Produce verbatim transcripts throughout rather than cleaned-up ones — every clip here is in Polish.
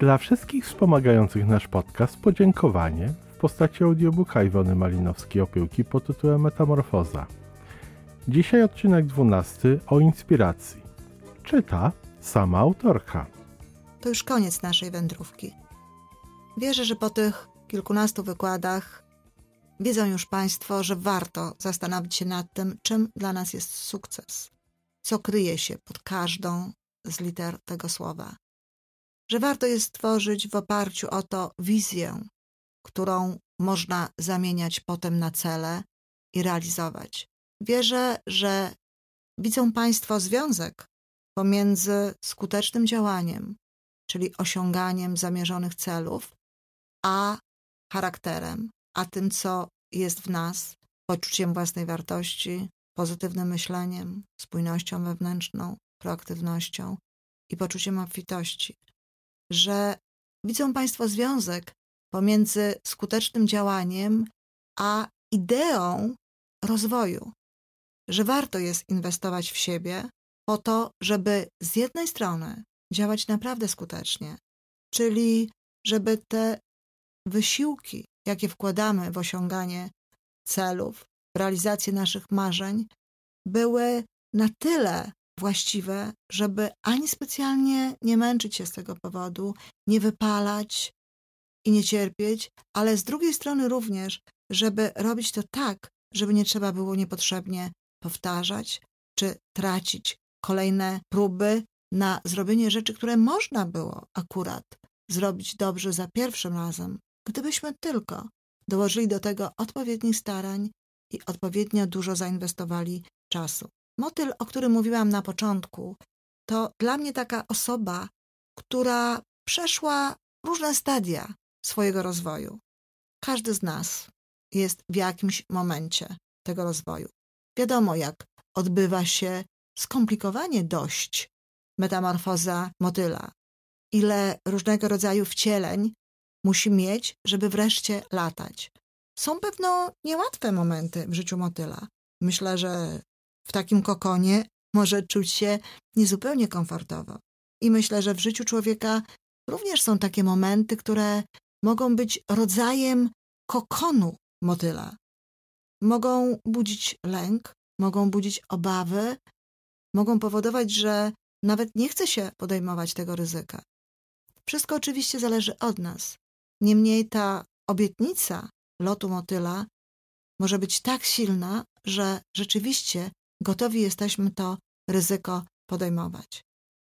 Dla wszystkich wspomagających nasz podcast podziękowanie w postaci audiobooka Iwony Malinowskiej-Opyłki pod tytułem Metamorfoza. Dzisiaj odcinek dwunasty o inspiracji. Czyta sama autorka. To już koniec naszej wędrówki. Wierzę, że po tych kilkunastu wykładach wiedzą już Państwo, że warto zastanowić się nad tym, czym dla nas jest sukces, co kryje się pod każdą z liter tego słowa. Że warto jest stworzyć w oparciu o to wizję, którą można zamieniać potem na cele i realizować. Wierzę, że widzą Państwo związek pomiędzy skutecznym działaniem, czyli osiąganiem zamierzonych celów, a charakterem, a tym, co jest w nas, poczuciem własnej wartości, pozytywnym myśleniem, spójnością wewnętrzną, proaktywnością i poczuciem obfitości. Że widzą Państwo związek pomiędzy skutecznym działaniem a ideą rozwoju. Że warto jest inwestować w siebie po to, żeby z jednej strony działać naprawdę skutecznie, czyli żeby te wysiłki, jakie wkładamy w osiąganie celów, w realizację naszych marzeń, były na tyle właściwe, żeby ani specjalnie nie męczyć się z tego powodu, nie wypalać i nie cierpieć, ale z drugiej strony również, żeby robić to tak, żeby nie trzeba było niepotrzebnie powtarzać, czy tracić kolejne próby na zrobienie rzeczy, które można było akurat zrobić dobrze za pierwszym razem, gdybyśmy tylko dołożyli do tego odpowiednich starań i odpowiednio dużo zainwestowali czasu. Motyl, o którym mówiłam na początku, to dla mnie taka osoba, która przeszła różne stadia swojego rozwoju. Każdy z nas jest w jakimś momencie tego rozwoju. Wiadomo, jak odbywa się skomplikowanie dość metamorfoza motyla. Ile różnego rodzaju wcieleń musi mieć, żeby wreszcie latać. Są pewno niełatwe momenty w życiu motyla. Myślę, że w takim kokonie może czuć się niezupełnie komfortowo. I myślę, że w życiu człowieka również są takie momenty, które mogą być rodzajem kokonu motyla. Mogą budzić lęk, mogą budzić obawy, mogą powodować, że nawet nie chce się podejmować tego ryzyka. Wszystko oczywiście zależy od nas. Niemniej ta obietnica lotu motyla może być tak silna, że rzeczywiście gotowi jesteśmy to ryzyko podejmować.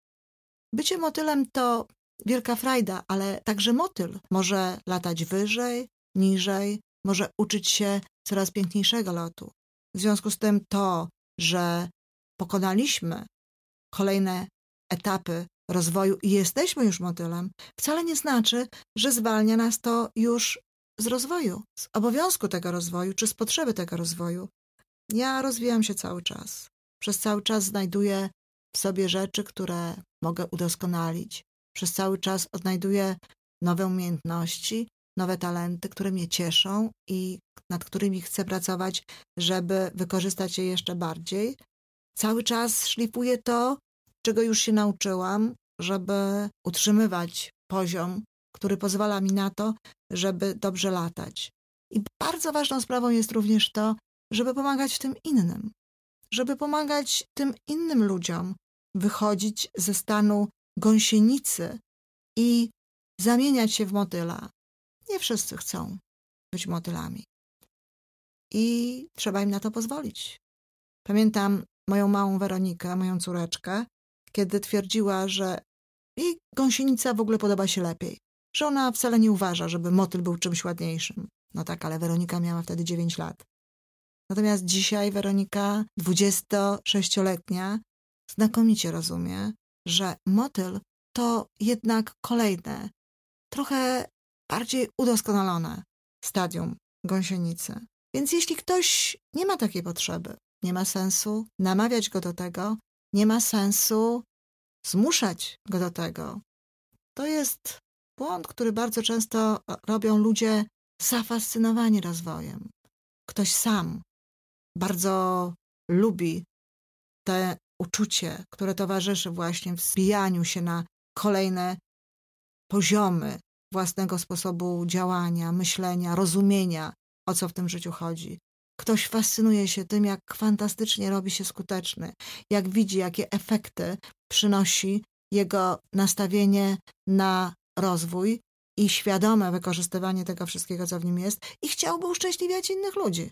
Bycie motylem to wielka frajda, ale także motyl może latać wyżej, niżej, może uczyć się coraz piękniejszego lotu. W związku z tym to, że pokonaliśmy kolejne etapy rozwoju i jesteśmy już motylem, wcale nie znaczy, że zwalnia nas to już z rozwoju, z obowiązku tego rozwoju, czy z potrzeby tego rozwoju. Ja rozwijam się cały czas. Przez cały czas znajduję w sobie rzeczy, które mogę udoskonalić. Przez cały czas odnajduję nowe umiejętności, nowe talenty, które mnie cieszą i nad którymi chcę pracować, żeby wykorzystać je jeszcze bardziej. Cały czas szlifuję to, czego już się nauczyłam, żeby utrzymywać poziom, który pozwala mi na to, żeby dobrze latać. I bardzo ważną sprawą jest również to, żeby pomagać w tym innym. Żeby pomagać tym innym ludziom wychodzić ze stanu gąsienicy i zamieniać się w motyla. Nie wszyscy chcą być motylami. I trzeba im na to pozwolić. Pamiętam moją małą Weronikę, moją córeczkę, kiedy twierdziła, że jej gąsienica w ogóle podoba się lepiej. Że ona wcale nie uważa, żeby motyl był czymś ładniejszym. No tak, ale Weronika miała wtedy dziewięć lat. Natomiast dzisiaj Weronika, dwudziestosześcioletnia, znakomicie rozumie, że motyl to jednak kolejne, trochę bardziej udoskonalone stadium gąsienicy. Więc jeśli ktoś nie ma takiej potrzeby, nie ma sensu namawiać go do tego, nie ma sensu zmuszać go do tego. To jest błąd, który bardzo często robią ludzie zafascynowani rozwojem. Ktoś sam bardzo lubi te uczucie, które towarzyszy właśnie wzbijaniu się na kolejne poziomy własnego sposobu działania, myślenia, rozumienia, o co w tym życiu chodzi. Ktoś fascynuje się tym, jak fantastycznie robi się skuteczny, jak widzi, jakie efekty przynosi jego nastawienie na rozwój i świadome wykorzystywanie tego wszystkiego, co w nim jest, i chciałby uszczęśliwiać innych ludzi.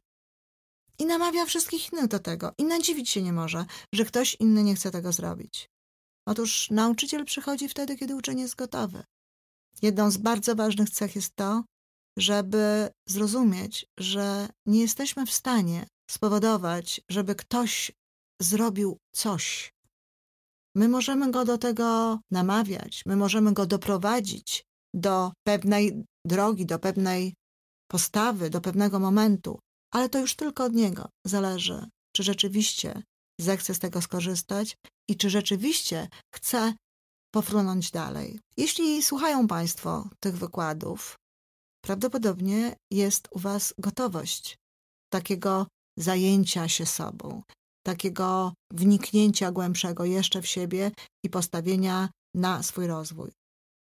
I namawia wszystkich innych do tego. I nadziwić się nie może, że ktoś inny nie chce tego zrobić. Otóż nauczyciel przychodzi wtedy, kiedy uczeń jest gotowy. Jedną z bardzo ważnych cech jest to, żeby zrozumieć, że nie jesteśmy w stanie spowodować, żeby ktoś zrobił coś. My możemy go do tego namawiać, my możemy go doprowadzić do pewnej drogi, do pewnej postawy, do pewnego momentu, ale to już tylko od niego zależy, czy rzeczywiście zechce z tego skorzystać i czy rzeczywiście chce pofrunąć dalej. Jeśli słuchają Państwo tych wykładów, prawdopodobnie jest u Was gotowość takiego zajęcia się sobą, takiego wniknięcia głębszego jeszcze w siebie i postawienia na swój rozwój.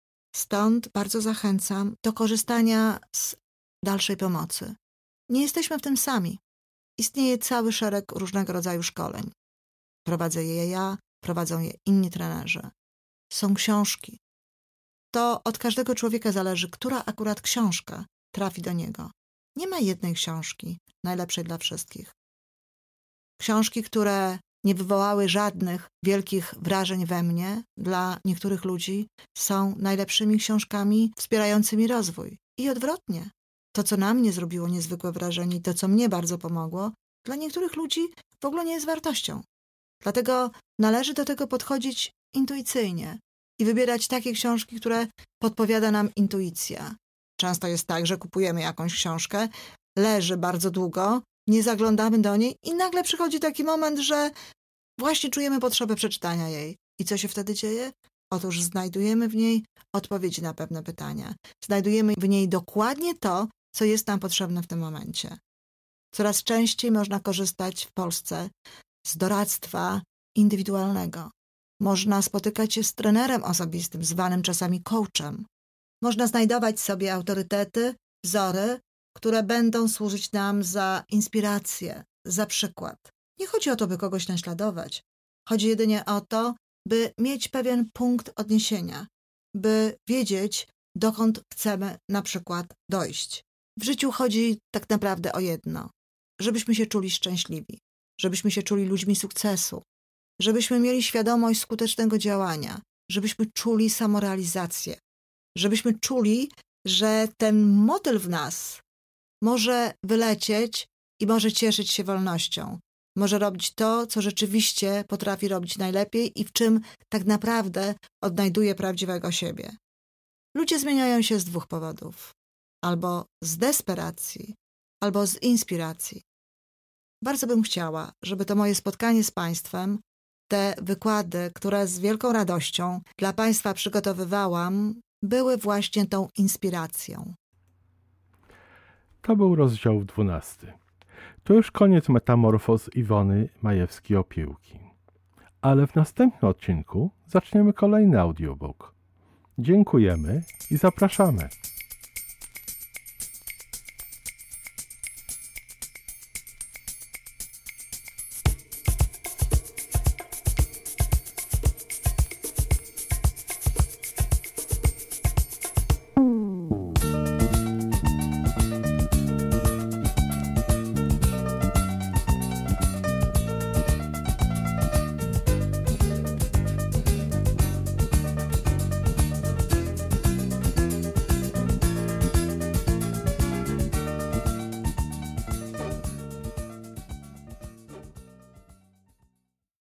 Stąd bardzo zachęcam do korzystania z dalszej pomocy. Nie jesteśmy w tym sami. Istnieje cały szereg różnego rodzaju szkoleń. Prowadzę je ja, prowadzą je inni trenerzy. Są książki. To od każdego człowieka zależy, która akurat książka trafi do niego. Nie ma jednej książki najlepszej dla wszystkich. Książki, które nie wywołały żadnych wielkich wrażeń we mnie, dla niektórych ludzi są najlepszymi książkami wspierającymi rozwój. I odwrotnie. To, co na mnie zrobiło niezwykłe wrażenie i to, co mnie bardzo pomogło, dla niektórych ludzi w ogóle nie jest wartością. Dlatego należy do tego podchodzić intuicyjnie i wybierać takie książki, które podpowiada nam intuicja. Często jest tak, że kupujemy jakąś książkę, leży bardzo długo, nie zaglądamy do niej i nagle przychodzi taki moment, że właśnie czujemy potrzebę przeczytania jej. I co się wtedy dzieje? Otóż znajdujemy w niej odpowiedzi na pewne pytania. Znajdujemy w niej dokładnie to, co jest nam potrzebne w tym momencie. Coraz częściej można korzystać w Polsce z doradztwa indywidualnego. Można spotykać się z trenerem osobistym, zwanym czasami coachem. Można znajdować sobie autorytety, wzory, które będą służyć nam za inspirację, za przykład. Nie chodzi o to, by kogoś naśladować. Chodzi jedynie o to, by mieć pewien punkt odniesienia, by wiedzieć, dokąd chcemy na przykład dojść. W życiu chodzi tak naprawdę o jedno. Żebyśmy się czuli szczęśliwi, żebyśmy się czuli ludźmi sukcesu, żebyśmy mieli świadomość skutecznego działania, żebyśmy czuli samorealizację, żebyśmy czuli, że ten motyl w nas może wylecieć i może cieszyć się wolnością. Może robić to, co rzeczywiście potrafi robić najlepiej i w czym tak naprawdę odnajduje prawdziwego siebie. Ludzie zmieniają się z dwóch powodów. Albo z desperacji, albo z inspiracji. Bardzo bym chciała, żeby to moje spotkanie z Państwem, te wykłady, które z wielką radością dla Państwa przygotowywałam, były właśnie tą inspiracją. To był rozdział dwunasty. To już koniec metamorfoz Iwony Majewskiej-Opiełki. Ale w następnym odcinku zaczniemy kolejny audiobook. Dziękujemy i zapraszamy.